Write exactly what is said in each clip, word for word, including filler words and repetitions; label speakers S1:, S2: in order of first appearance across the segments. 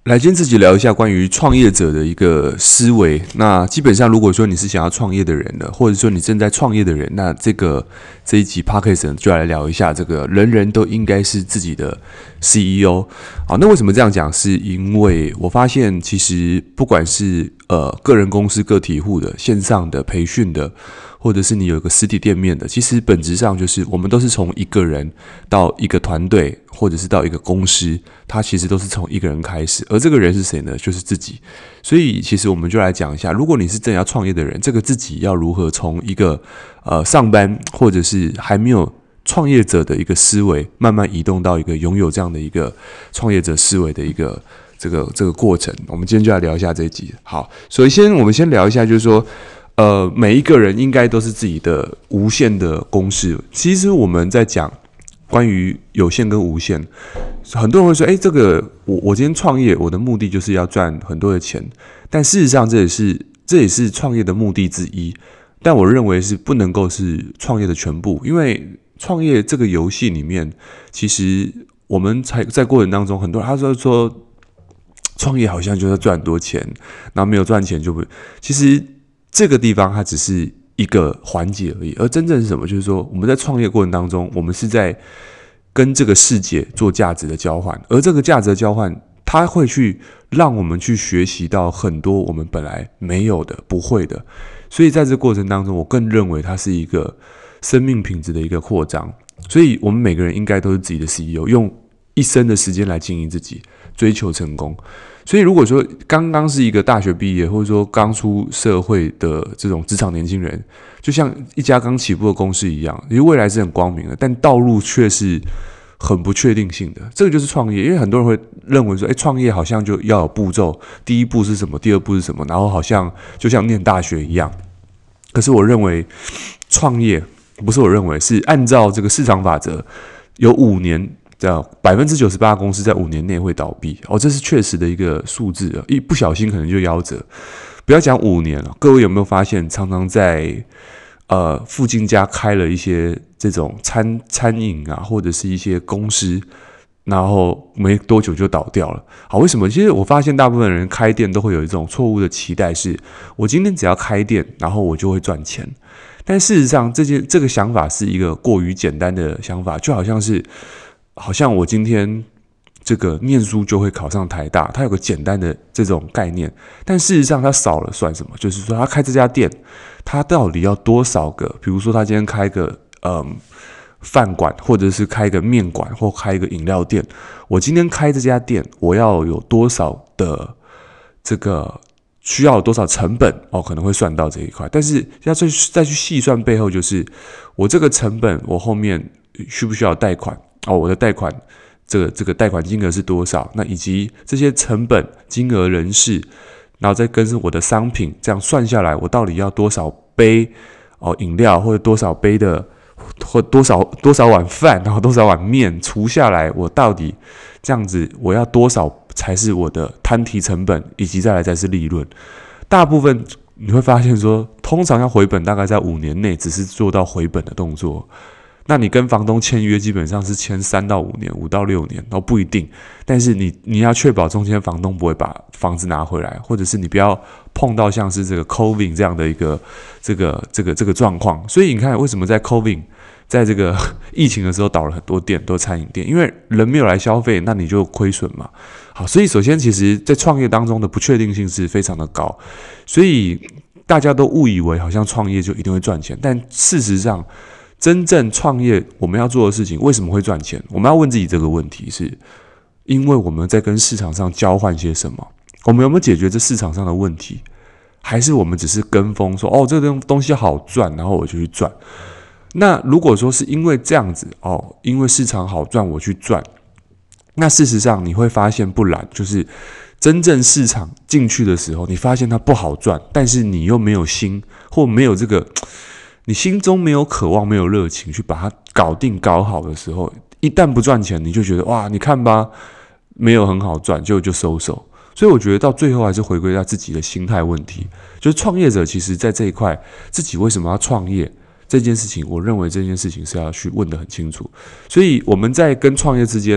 S1: 来，今天自己聊一下关于创业者的一个思维。那基本上，如果说你是想要创业的人呢，或者说你正在创业的人，那这个这一集 Podcast 就来聊一下这个人人都应该是自己的 C E O。好，那为什么这样讲？是因为我发现，其实不管是呃个人公司、个体户的、线上的培训的，或者是你有一个实体店面的，其实本质上就是我们都是从一个人到一个团队，或者是到一个公司，它其实都是从一个人开始，而这个人是谁呢？就是自己。所以其实我们就来讲一下，如果你是正要创业的人，这个自己要如何从一个呃上班，或者是还没有创业者的一个思维，慢慢移动到一个拥有这样的一个创业者思维的一个这个这个过程。我们今天就来聊一下这一集。好，首先我们先聊一下，就是说。呃，每一个人应该都是自己的无限的公式。其实我们在讲关于有限跟无限，很多人会说：“哎，这个我我今天创业，我的目的就是要赚很多的钱。”但事实上，这也是这也是创业的目的之一。但我认为是不能够是创业的全部，因为创业这个游戏里面，其实我们才在过程当中，很多人他说说创业好像就是赚很多钱，然后没有赚钱就不，其实。这个地方它只是一个环节而已，而真正是什么？就是说我们在创业过程当中，我们是在跟这个世界做价值的交换，而这个价值的交换，它会去让我们去学习到很多我们本来没有的、不会的。所以在这过程当中，我更认为它是一个生命品质的一个扩张。所以我们每个人应该都是自己的 C E O， 用一生的时间来经营自己，追求成功。所以，如果说刚刚是一个大学毕业，或者说刚出社会的这种职场年轻人，就像一家刚起步的公司一样，因为未来是很光明的，但道路却是很不确定性的。这个就是创业，因为很多人会认为说，哎，创业好像就要有步骤，第一步是什么，第二步是什么，然后好像就像念大学一样。可是我认为，创业不是我认为是按照这个市场法则，有五年。这样百分之九十八的公司在五年内会倒闭哦，这是确实的一个数字啊，一不小心可能就夭折。不要讲五年了，各位有没有发现，常常在呃附近家开了一些这种餐餐饮啊，或者是一些公司，然后没多久就倒掉了。好，为什么？其实我发现大部分人开店都会有一种错误的期待是，我今天只要开店，然后我就会赚钱。但事实上，这件这个想法是一个过于简单的想法，就好像是。好像我今天这个念书就会考上台大，它有个简单的这种概念，但事实上它少了算什么？就是说他开这家店，他到底要多少个？比如说他今天开个嗯饭馆，或者是开个面馆，或开一个饮料店。我今天开这家店，我要有多少的这个需要有多少成本？哦，可能会算到这一块，但是要再再去细算背后，就是我这个成本，我后面需不需要贷款？哦，我的贷款这个这个贷款金额是多少？那以及这些成本、金额、人事，然后再跟我的商品，这样算下来，我到底要多少杯哦饮料，或者多少杯的，或多少多少碗饭，然后多少碗面，除下来，我到底这样子，我要多少才是我的摊提成本，以及再来再是利润？大部分你会发现说，通常要回本，大概在五年内，只是做到回本的动作。那你跟房东签约基本上是签三到五年，五到六年，都不一定。但是你你要确保中间房东不会把房子拿回来，或者是你不要碰到像是这个 COVID 这样的一个这个这个这个状况。所以你看，为什么在 COVID 在这个疫情的时候倒了很多店，都餐饮店，因为人没有来消费，那你就亏损嘛。好，所以首先其实在创业当中的不确定性是非常的高，所以大家都误以为好像创业就一定会赚钱，但事实上。真正创业我们要做的事情为什么会赚钱？我们要问自己这个问题是，因为我们在跟市场上交换些什么？我们有没有解决这市场上的问题？还是我们只是跟风说哦，这个东西好赚，然后我就去赚？那如果说是因为这样子哦，因为市场好赚我去赚，那事实上你会发现不然，就是真正市场进去的时候，你发现它不好赚，但是你又没有心或没有这个。你心中没有渴望，没有热情去把它搞定搞好的时候，一旦不赚钱，你就觉得哇，你看吧，没有很好赚，就就收手。所以我觉得到最后还是回归到自己的心态问题。就是创业者其实在这一块，自己为什么要创业这件事情，我认为这件事情是要去问得很清楚。所以我们在跟创业之间，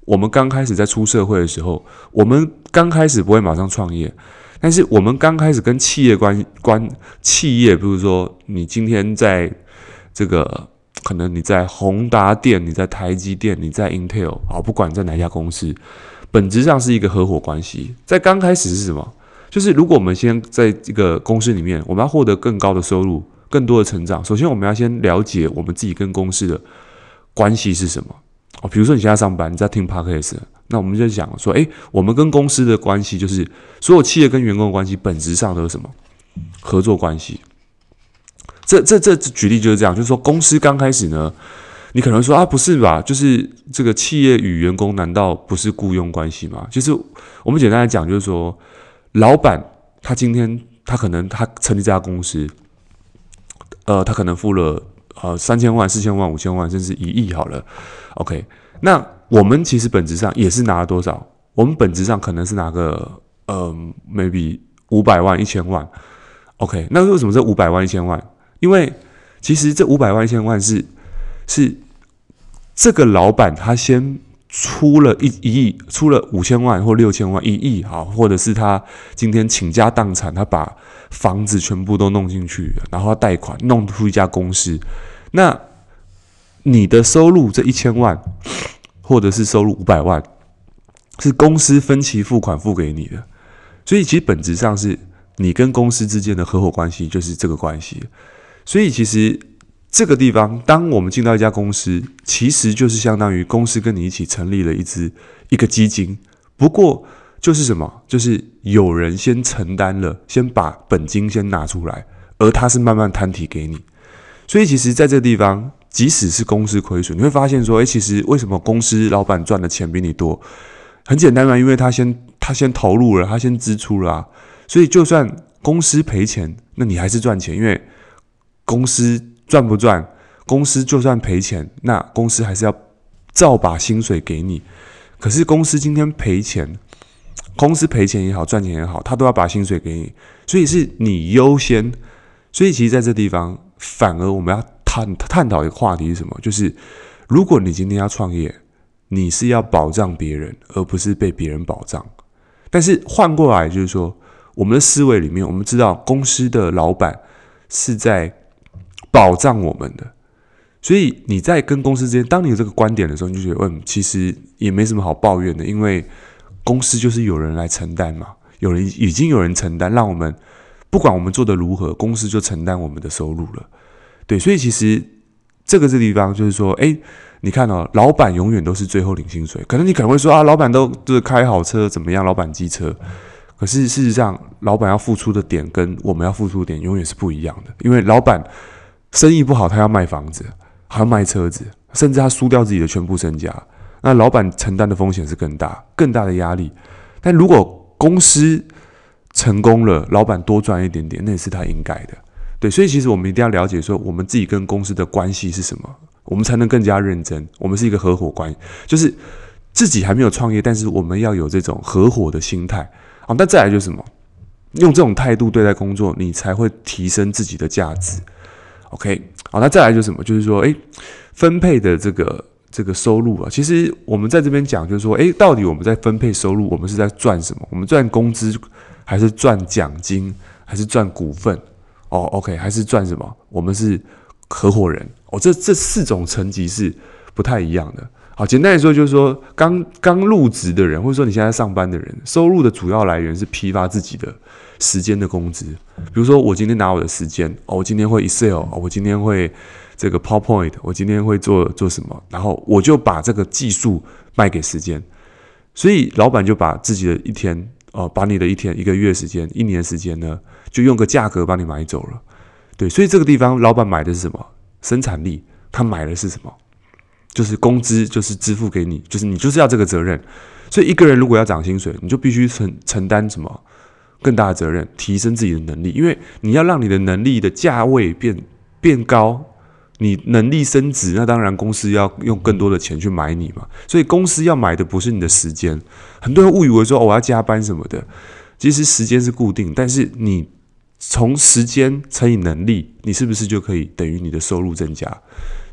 S1: 我们刚开始在出社会的时候，我们刚开始不会马上创业，但是我们刚开始跟企业关关企业，比如说你今天在这个可能你在宏达电，你在台积电，你在 Intel， 好，不管你在哪一家公司，本质上是一个合伙关系。在刚开始是什么？就是如果我们先在这个公司里面，我们要获得更高的收入、更多的成长，首先我们要先了解我们自己跟公司的关系是什么。哦，比如说你现在上班，你在听 podcast， 那我们就讲说，哎，我们跟公司的关系，就是所有企业跟员工的关系，本质上都是什么？合作关系。这这这举例就是这样，就是说公司刚开始呢，你可能说啊，不是吧？就是这个企业与员工难道不是雇佣关系吗？其实我们简单来讲，就是说，老板他今天他可能他成立这家公司，呃，他可能付了呃三千万、四千万、五千万，甚至一亿好了。OK， 那我们其实本质上也是拿了多少？我们本质上可能是拿个呃 maybe 五百万、一千万。OK， 那为什么这五百万、一千万？因为其实这五百万、一千万是是这个老板他先出了一一亿，出了五千万或六千万、一亿，好，或者是他今天倾家荡产，他把房子全部都弄进去，然后他贷款弄出一家公司。那你的收入这一千万，或者是收入五百万，是公司分期付款付给你的，所以其实本质上是你跟公司之间的合伙关系就是这个关系。所以其实这个地方，当我们进到一家公司，其实就是相当于公司跟你一起成立了一支一个基金。不过就是什么？就是有人先承担了，先把本金先拿出来，而他是慢慢摊提给你。所以其实在这个地方，即使是公司亏损，你会发现说，哎，其实为什么公司老板赚的钱比你多？很简单嘛，因为他先他先投入了，他先支出了啊。所以就算公司赔钱，那你还是赚钱，因为公司赚不赚，公司就算赔钱，那公司还是要照把薪水给你。可是公司今天赔钱，公司赔钱也好，赚钱也好，他都要把薪水给你，所以是你优先。所以其实在这地方，反而我们要探探讨一个话题是什么？就是如果你今天要创业，你是要保障别人，而不是被别人保障。但是换过来就是说，我们的思维里面，我们知道公司的老板是在保障我们的，所以你在跟公司之间，当你有这个观点的时候，你就觉得，嗯，其实也没什么好抱怨的，因为公司就是有人来承担嘛，有人已经有人承担，让我们不管我们做的如何，公司就承担我们的收入了。对，所以其实这个这地方就是说，哎，你看哦，老板永远都是最后领薪水。可能你可能会说啊，老板都就是开好车怎么样，老板机车。可是事实上，老板要付出的点跟我们要付出的点永远是不一样的，因为老板生意不好，他要卖房子，还要卖车子，甚至他输掉自己的全部身家。那老板承担的风险是更大，更大的压力。但如果公司成功了，老板多赚一点点，那也是他应该的。对，所以其实我们一定要了解说，我们自己跟公司的关系是什么，我们才能更加认真。我们是一个合伙关系，就是自己还没有创业，但是我们要有这种合伙的心态。好，那再来就是什么？用这种态度对待工作，你才会提升自己的价值。OK， 好，那再来就是什么？就是说，哎，分配的这个这个收入啊，其实我们在这边讲，就是说，哎，到底我们在分配收入，我们是在赚什么？我们赚工资，还是赚奖金，还是赚股份？哦 ，OK， 还是赚什么？我们是合伙人哦，这这四种层级是不太一样的。好，简单来说就是说，刚刚入职的人，或者说你现在上班的人，收入的主要来源是批发自己的时间的工资。比如说，我今天拿我的时间，哦，我今天会 Excel，哦，我今天会这个 PowerPoint， 我今天会做做什么，然后我就把这个技术卖给时间，所以老板就把自己的一天，哦，把你的一天、一个月时间、一年时间呢，就用个价格帮你买走了。对，所以这个地方老板买的是什么？生产力，他买的是什么？就是工资，就是支付给你，就是你就是要这个责任。所以一个人如果要涨薪水，你就必须承承担什么更大的责任，提升自己的能力，因为你要让你的能力的价位变变高，你能力升值，那当然公司要用更多的钱去买你嘛。所以公司要买的不是你的时间，很多人误以为说，哦，我要加班什么的，其实时间是固定，但是你从时间乘以能力，你是不是就可以等于你的收入增加？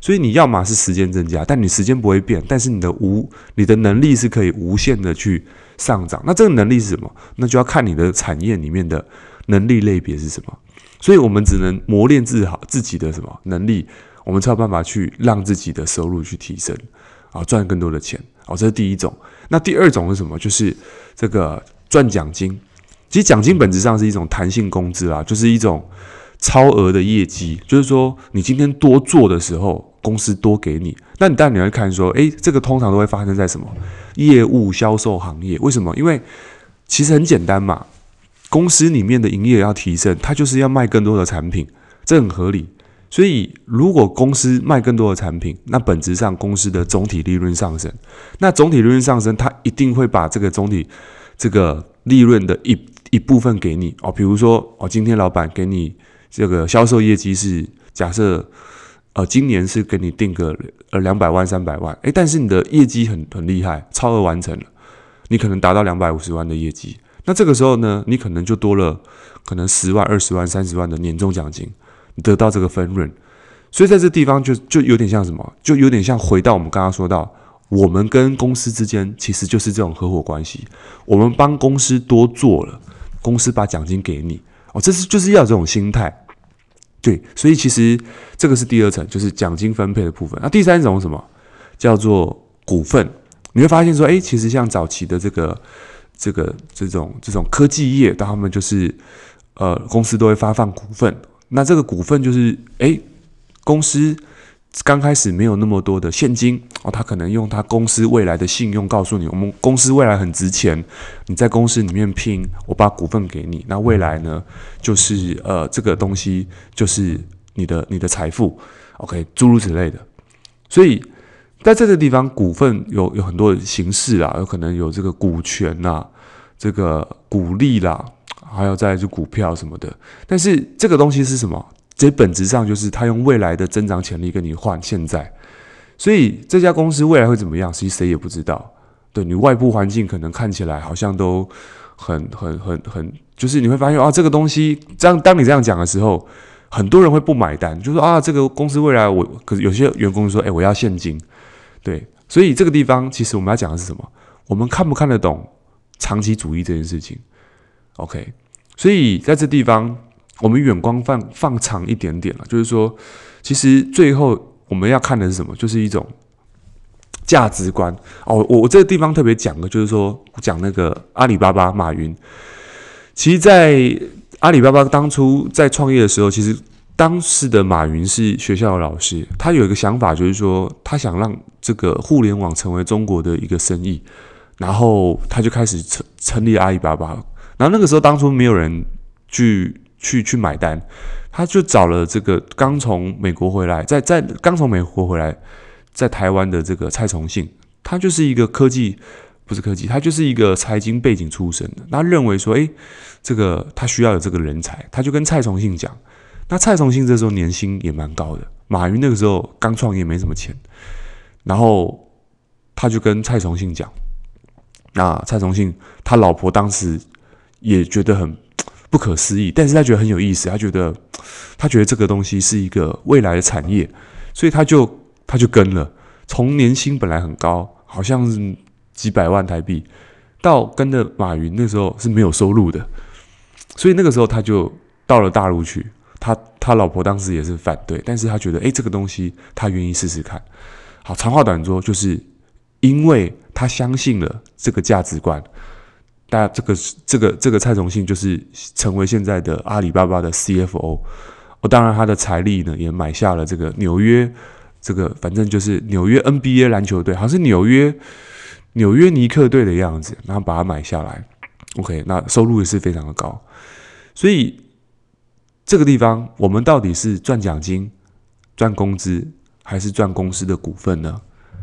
S1: 所以你要么是时间增加，但你时间不会变，但是你的无你的能力是可以无限的去上涨。那这个能力是什么？那就要看你的产业里面的能力类别是什么。所以我们只能磨练自好自己的什么能力，我们才有办法去让自己的收入去提升啊，赚更多的钱。哦，这是第一种。那第二种是什么？就是这个赚奖金。其实奖金本质上是一种弹性工资啦，就是一种超额的业绩，就是说你今天多做的时候，公司多给你。那你当然你会看说，诶，这个通常都会发生在什么业务销售行业？为什么？因为其实很简单嘛，公司里面的营业额要提升，它就是要卖更多的产品，这很合理。所以如果公司卖更多的产品，那本质上公司的总体利润上升，那总体利润上升，它一定会把这个总体这个利润的一一部分给你哦。比如说哦，今天老板给你这个销售业绩是假设呃今年是给你定个呃两百万三百万，哎，但是你的业绩很很厉害，超额完成了，你可能达到两百五十万的业绩，那这个时候呢，你可能就多了可能十万、二十万、三十万的年终奖金。你得到这个分润，所以在这地方就就有点像什么，就有点像回到我们刚刚说到，我们跟公司之间其实就是这种合伙关系，我们帮公司多做了，公司把奖金给你，哦，这是就是要这种心态，对，所以其实这个是第二层，就是奖金分配的部分。那第三种是什么？叫做股份。你会发现说，哎，其实像早期的这个这个这种这种科技业，他们就是呃公司都会发放股份。那这个股份就是，哎，公司刚开始没有那么多的现金哦，他可能用他公司未来的信用告诉你，我们公司未来很值钱，你在公司里面拼，我把股份给你，那未来呢，就是呃这个东西就是你的你的财富 ，OK， 诸如此类的。所以在这个地方，股份有有很多的形式啦，有可能有这个股权啦，这个股利啦。还有再来就股票什么的，但是这个东西是什么？这本质上就是他用未来的增长潜力跟你换现在，所以这家公司未来会怎么样，其实谁也不知道。对，你外部环境可能看起来好像都很很很很，就是你会发现啊，这个东西这样，当你这样讲的时候，很多人会不买单，就说啊，这个公司未来我，可是有些员工说，哎，我要现金。对，所以这个地方其实我们要讲的是什么？我们看不看得懂长期主义这件事情 ？OK。所以在这地方，我们远光放放长一点点了，就是说，其实最后我们要看的是什么？就是一种价值观哦。我我这个地方特别讲的，就是说讲那个阿里巴巴马云。其实，在阿里巴巴当初在创业的时候，其实当时的马云是学校的老师，他有一个想法，就是说他想让这个互联网成为中国的一个生意，然后他就开始成成立阿里巴巴。然后那个时候，当初没有人去去去买单，他就找了这个刚从美国回来，在在刚从美国回来，在台湾的这个蔡崇信，他就是一个科技，不是科技，他就是一个财经背景出身的。他认为说，哎，这个他需要有这个人才，他就跟蔡崇信讲。那蔡崇信这时候年薪也蛮高的，马云那个时候刚创业没什么钱，然后他就跟蔡崇信讲，那蔡崇信他老婆当时也觉得很不可思议，但是他觉得很有意思，他觉得他觉得这个东西是一个未来的产业，所以他就他就跟了，从年薪本来很高，好像是几百万台币，到跟着马云那时候是没有收入的，所以那个时候他就到了大陆去，他他老婆当时也是反对，但是他觉得哎这个东西他愿意试试看。好，长话短说，就是因为他相信了这个价值观。那这个这个这个蔡崇信就是成为现在的阿里巴巴的 C F O， 哦，当然他的财力呢也买下了这个纽约这个反正就是纽约 N B A 篮球队，好像是纽约纽约尼克队的样子，然后把它买下来。OK， 那收入也是非常的高，所以这个地方我们到底是赚奖金、赚工资，还是赚公司的股份呢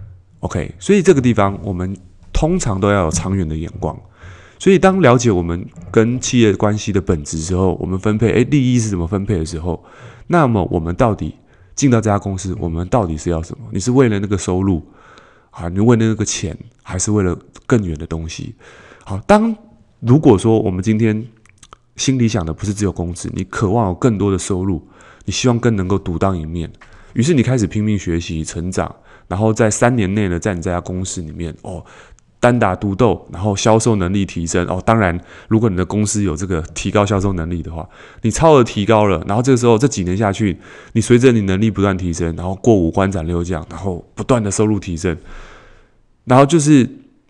S1: ？OK， 所以这个地方我们通常都要有长远的眼光。所以，当了解我们跟企业关系的本质之后，我们分配，哎，利益是怎么分配的时候，那么我们到底进到这家公司，我们到底是要什么？你是为了那个收入啊？你为了那个钱，还是为了更远的东西？好，当如果说我们今天心里想的不是只有工资，你渴望有更多的收入，你希望更能够独当一面， 于是你开始拼命学习成长，然后在三年内呢，在你这家公司里面哦，单打独斗，然后销售能力提升哦。当然，如果你的公司有这个提高销售能力的话，你超额提高了，然后这个时候这几年下去，你随着你能力不断提升，然后过五关斩六将，然后不断的收入提升，然后就是，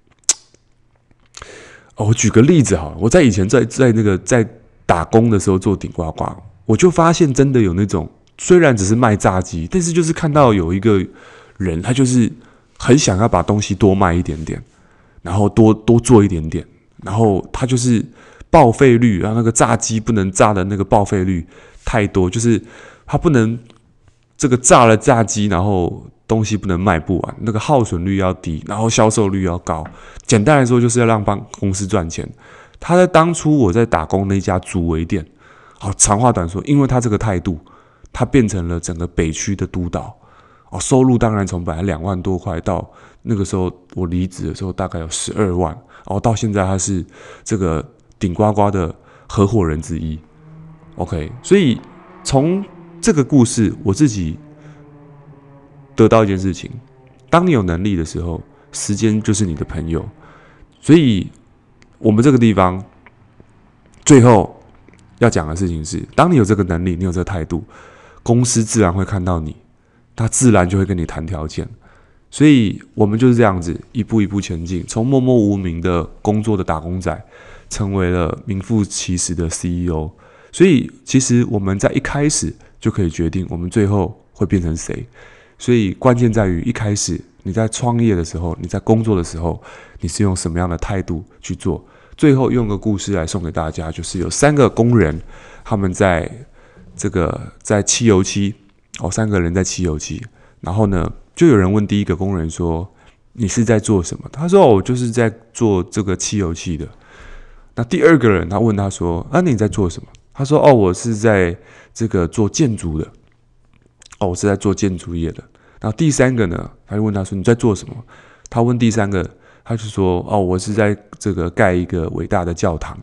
S1: 哦，我举个例子好了，我在以前在在那个在打工的时候做顶呱呱，我就发现真的有那种虽然只是卖炸鸡，但是就是看到有一个人，他就是很想要把东西多卖一点点。然后多多做一点点，然后它就是报废率，然后那个炸鸡不能炸的那个报废率太多，就是它不能这个炸了炸鸡，然后东西不能卖不完，那个耗损率要低，然后销售率要高。简单来说，就是要让帮公司赚钱。他在当初我在打工那家竹围店，好长话短说，因为他这个态度，他变成了整个北区的督导。哦，收入当然从本来两万多块到那个时候我离职的时候大概有十二万，哦，到现在他是这个顶呱呱的合伙人之一。OK， 所以从这个故事我自己得到一件事情：当你有能力的时候，时间就是你的朋友。所以我们这个地方最后要讲的事情是：当你有这个能力，你有这个态度，公司自然会看到你。他自然就会跟你谈条件，所以我们就是这样子一步一步前进，从默默无名的工作的打工仔，成为了名副其实的 C E O。所以其实我们在一开始就可以决定我们最后会变成谁。所以关键在于一开始你在创业的时候，你在工作的时候，你是用什么样的态度去做。最后用个故事来送给大家，就是有三个工人，他们在这个在漆油漆。哦，三个人在漆油漆，然后呢，就有人问第一个工人说：“你是在做什么？”他说：“哦，我就是在做这个漆油漆的。”那第二个人他问他说：“啊，你在做什么？”他说：“哦，我是在这个做建筑的。”哦，我是在做建筑业的。然后第三个呢，他就问他说：“你在做什么？”他问第三个，他就说：“哦，我是在这个盖一个伟大的教堂。”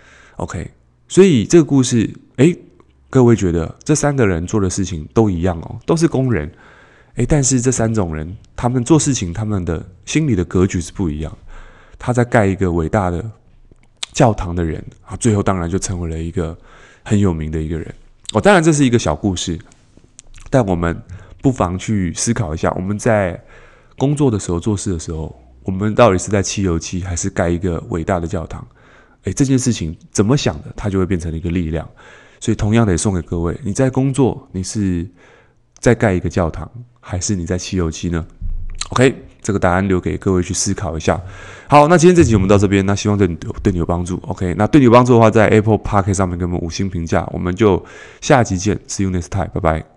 S1: OK， 所以这个故事，哎。各位觉得这三个人做的事情都一样哦，都是工人，诶，但是这三种人他们做事情，他们的心理的格局是不一样。他在盖一个伟大的教堂的人啊，最后当然就成为了一个很有名的一个人。哦，当然这是一个小故事，但我们不妨去思考一下，我们在工作的时候、做事的时候，我们到底是在漆油漆，还是盖一个伟大的教堂？诶，这件事情怎么想的，它就会变成一个力量。所以同样的也送给各位，你在工作，你是在盖一个教堂，还是你在漆油漆呢 ？OK， 这个答案留给各位去思考一下。好，那今天这集我们到这边，那希望对你对你有帮助。OK， 那对你有帮助的话，在 Apple Podcast 上面给我们五星评价，我们就下集见 ，See you next time， 拜拜。